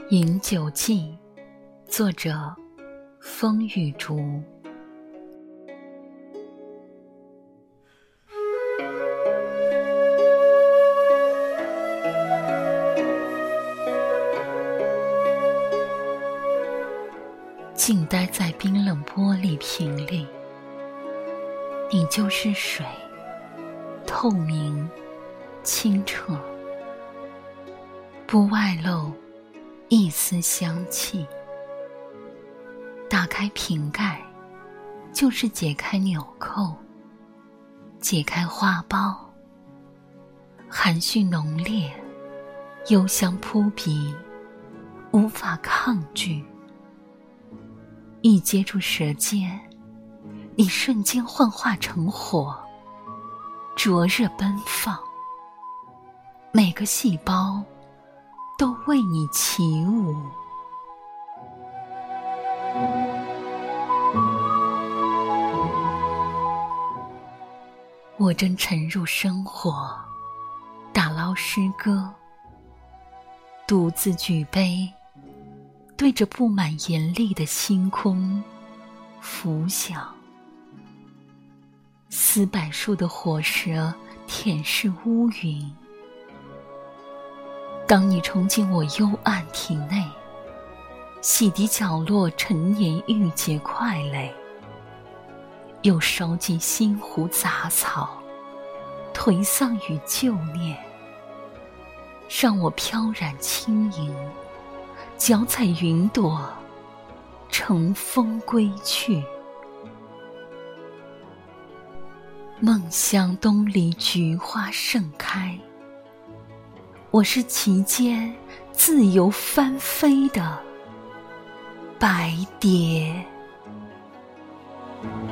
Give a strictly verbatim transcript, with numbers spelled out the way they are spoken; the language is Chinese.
饮酒记，作者风雨竹。静待在冰冷玻璃瓶里，你就是水，透明清澈，不外露一丝香气。打开瓶盖，就是解开纽扣，解开花苞，含蓄浓烈，幽香扑鼻，无法抗拒。一接触舌尖，你瞬间幻化成火，灼热奔放，每个细胞都为你起舞。我正沉入生活，打捞诗歌，独自举杯，对着布满严厉的星空浮想。丝柏树的火舌舔舐乌云。当你冲进我幽暗体内，洗涤角落陈年郁结块垒，又烧尽心湖杂草，颓丧与旧念，让我飘然轻盈，脚踩云朵，乘风归去。梦乡东篱菊花盛开，我是其间自由翻飞的白蝶。